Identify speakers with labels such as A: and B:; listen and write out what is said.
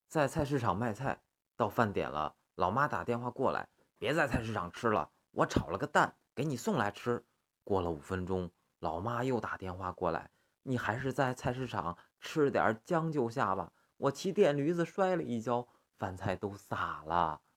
A: 在菜市场卖菜，到饭点了，老妈打电话过来，别在菜市场吃了，我炒了个蛋给你送来吃。过了5分钟，老妈又打电话过来，你还是在菜市场吃点将就下吧，我骑电驴子摔了一跤，饭菜都洒了。